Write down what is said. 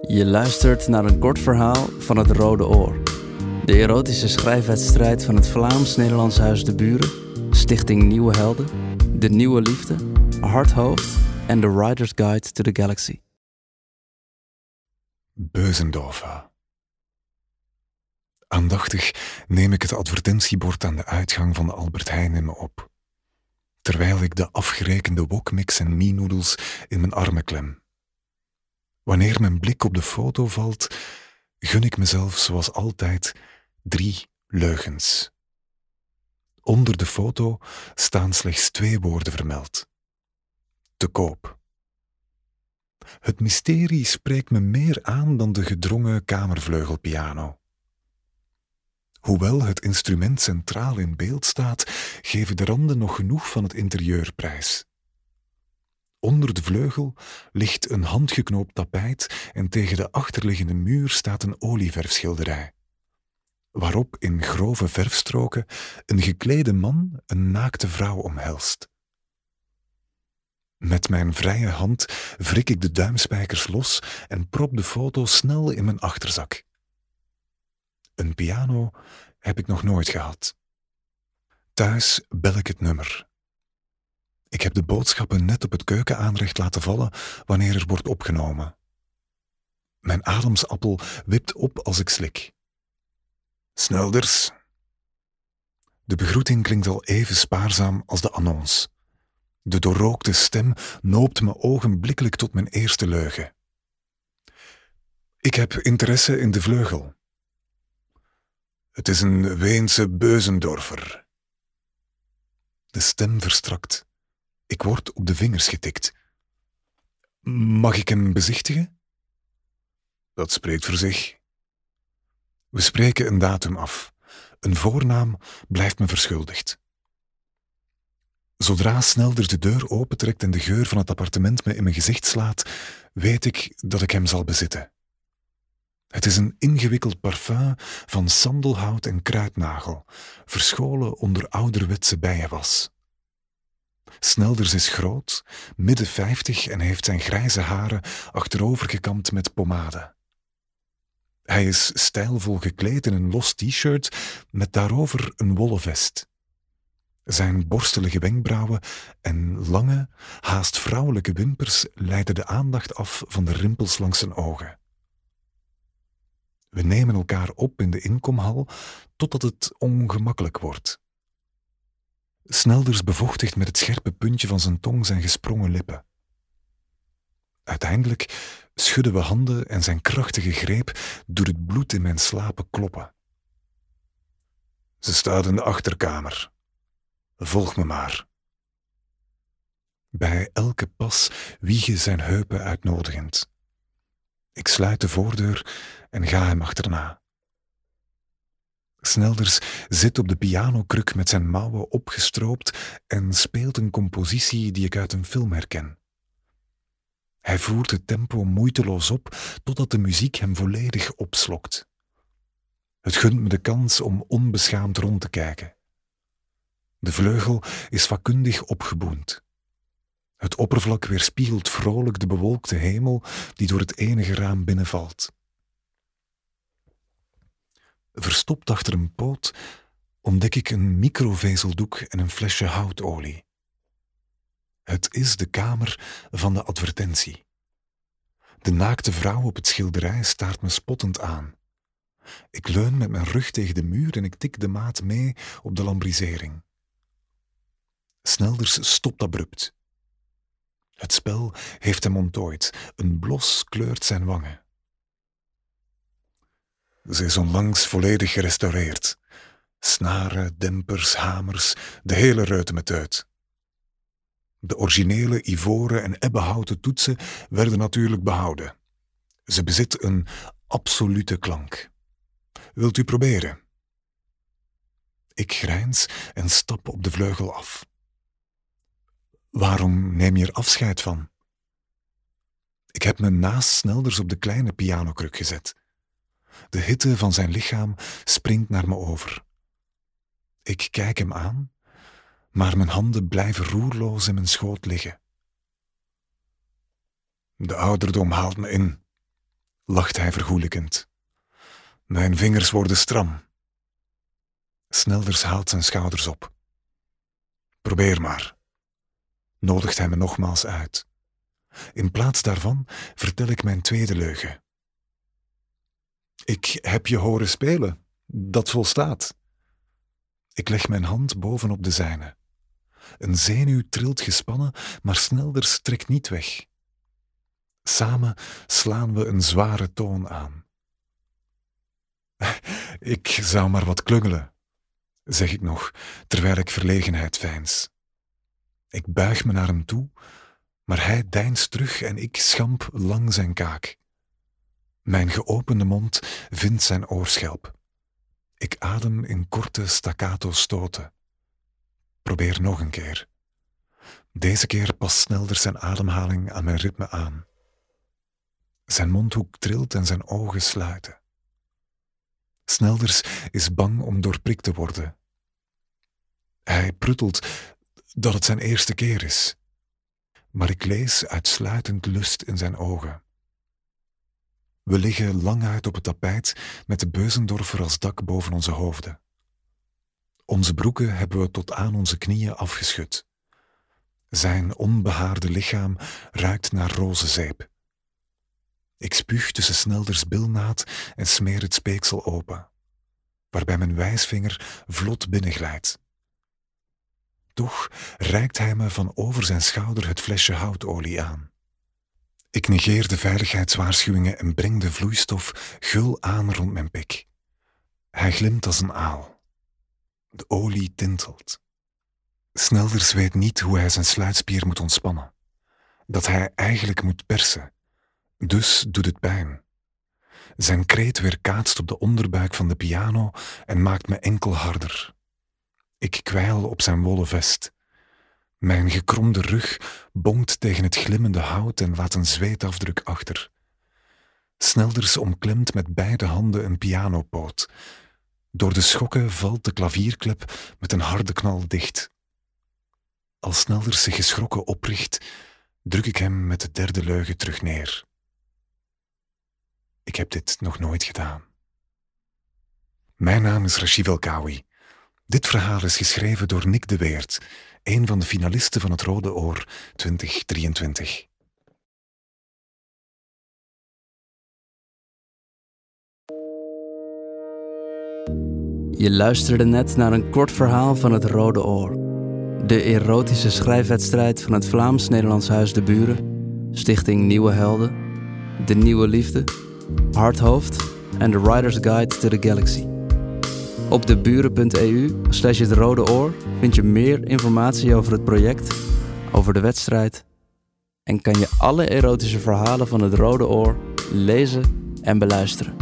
Je luistert naar een kort verhaal van het Rode Oor. De erotische schrijfwedstrijd van het Vlaams-Nederlands Huis de Buren, Stichting Nieuwe Helden, De Nieuwe Liefde, Hardhoofd en The Writer's Guide to the Galaxy. Beuzendorfer. Aandachtig neem ik het advertentiebord aan de uitgang van de Albert Heijn in me op, terwijl ik de afgerekende wokmix en mie-noedels in mijn armen klem. Wanneer mijn blik op de foto valt, gun ik mezelf zoals altijd 3 leugens. Onder de foto staan slechts 2 woorden vermeld. Te koop. Het mysterie spreekt me meer aan dan de gedrongen kamervleugelpiano. Hoewel het instrument centraal in beeld staat, geven de randen nog genoeg van het interieur prijs. Onder de vleugel ligt een handgeknoopt tapijt en tegen de achterliggende muur staat een olieverfschilderij, waarop in grove verfstroken een geklede man een naakte vrouw omhelst. Met mijn vrije hand wrik ik de duimspijkers los en prop de foto snel in mijn achterzak. Een piano heb ik nog nooit gehad. Thuis bel ik het nummer. Ik heb de boodschappen net op het keukenaanrecht laten vallen wanneer er wordt opgenomen. Mijn ademsappel wipt op als ik slik. Snelders. De begroeting klinkt al even spaarzaam als de annons. De doorrookte stem noopt me ogenblikkelijk tot mijn eerste leugen. Ik heb interesse in de vleugel. Het is een Weense Beuzendorfer. De stem verstrakt. Ik word op de vingers getikt. Mag ik hem bezichtigen? Dat spreekt voor zich. We spreken een datum af. Een voornaam blijft me verschuldigd. Zodra Snelders de deur opentrekt en de geur van het appartement me in mijn gezicht slaat, weet ik dat ik hem zal bezitten. Het is een ingewikkeld parfum van sandelhout en kruidnagel, verscholen onder ouderwetse bijenwas. Snelders is groot, midden 50 en heeft zijn grijze haren achterovergekamd met pomade. Hij is stijlvol gekleed in een los t-shirt met daarover een wollen vest. Zijn borstelige wenkbrauwen en lange, haast vrouwelijke wimpers leiden de aandacht af van de rimpels langs zijn ogen. We nemen elkaar op in de inkomhal totdat het ongemakkelijk wordt. Snelders bevochtigt met het scherpe puntje van zijn tong zijn gesprongen lippen. Uiteindelijk schudden we handen en zijn krachtige greep doet het bloed in mijn slapen kloppen. Ze staat in de achterkamer. Volg me maar. Bij elke pas wiegen zijn heupen uitnodigend. Ik sluit de voordeur en ga hem achterna. Snelders zit op de pianokruk met zijn mouwen opgestroopt en speelt een compositie die ik uit een film herken. Hij voert het tempo moeiteloos op totdat de muziek hem volledig opslokt. Het gunt me de kans om onbeschaamd rond te kijken. De vleugel is vakkundig opgeboend. Het oppervlak weerspiegelt vrolijk de bewolkte hemel die door het enige raam binnenvalt. Verstopt achter een poot ontdek ik een microvezeldoek en een flesje houtolie. Het is de kamer van de advertentie. De naakte vrouw op het schilderij staart me spottend aan. Ik leun met mijn rug tegen de muur en ik tik de maat mee op de lambrisering. Snelders stopt abrupt. Het spel heeft hem onttooid. Een blos kleurt zijn wangen. Ze is onlangs volledig gerestaureerd. Snaren, dempers, hamers, de hele reutemeteut. De originele ivoren en ebbenhouten toetsen werden natuurlijk behouden. Ze bezit een absolute klank. Wilt u proberen? Ik grijns en stap op de vleugel af. Waarom neem je er afscheid van? Ik heb me naast Snelders op de kleine pianokruk gezet. De hitte van zijn lichaam springt naar me over. Ik kijk hem aan, maar mijn handen blijven roerloos in mijn schoot liggen. De ouderdom haalt me in. lacht hij vergoelijkend. Mijn vingers worden stram. Snelders haalt zijn schouders op. Probeer maar, nodigt hij me nogmaals uit. In plaats daarvan vertel ik mijn tweede leugen. Ik heb je horen spelen, dat volstaat. Ik leg mijn hand bovenop de zijne. Een zenuw trilt gespannen, maar Snelders trekt niet weg. Samen slaan we een zware toon aan. Ik zou maar wat klungelen, zeg ik nog, terwijl ik verlegenheid veins. Ik buig me naar hem toe, maar hij deinst terug en ik schamp lang zijn kaak. Mijn geopende mond vindt zijn oorschelp. Ik adem in korte staccato stoten. Probeer nog een keer. Deze keer past Snelders zijn ademhaling aan mijn ritme aan. Zijn mondhoek trilt en zijn ogen sluiten. Snelders is bang om doorprikt te worden. Hij pruttelt dat het zijn eerste keer is. Maar ik lees uitsluitend lust in zijn ogen. We liggen lang uit op het tapijt met de Beuzendorfer als dak boven onze hoofden. Onze broeken hebben we tot aan onze knieën afgeschud. Zijn onbehaarde lichaam ruikt naar rozenzeep. Ik spuug tussen Snelders bilnaad en smeer het speeksel open, waarbij mijn wijsvinger vlot binnenglijdt. Toch reikt hij me van over zijn schouder het flesje houtolie aan. Ik negeer de veiligheidswaarschuwingen en breng de vloeistof gul aan rond mijn pik. Hij glimt als een aal. De olie tintelt. Snelders weet niet hoe hij zijn sluitspier moet ontspannen. Dat hij eigenlijk moet persen. Dus doet het pijn. Zijn kreet weerkaatst op de onderbuik van de piano en maakt me enkel harder. Ik kwijl op zijn wollen vest. Mijn gekromde rug bonkt tegen het glimmende hout en laat een zweetafdruk achter. Snelders omklemt met beide handen een pianopoot. Door de schokken valt de klavierklep met een harde knal dicht. Als Snelders zich geschrokken opricht, druk ik hem met de derde leugen terug neer. Ik heb dit nog nooit gedaan. Mijn naam is Rachid Elkaoui. Dit verhaal is geschreven door Nick de Weert, een van de finalisten van het Rode Oor 2023. Je luisterde net naar een kort verhaal van het Rode Oor. De erotische schrijfwedstrijd van het Vlaams-Nederlands Huis de Buren, Stichting Nieuwe Helden, De Nieuwe Liefde, Hardhoofd en The Writer's Guide to the Galaxy. Op deburen.eu/het Rode Oor vind je meer informatie over het project, over de wedstrijd en kan je alle erotische verhalen van het Rode Oor lezen en beluisteren.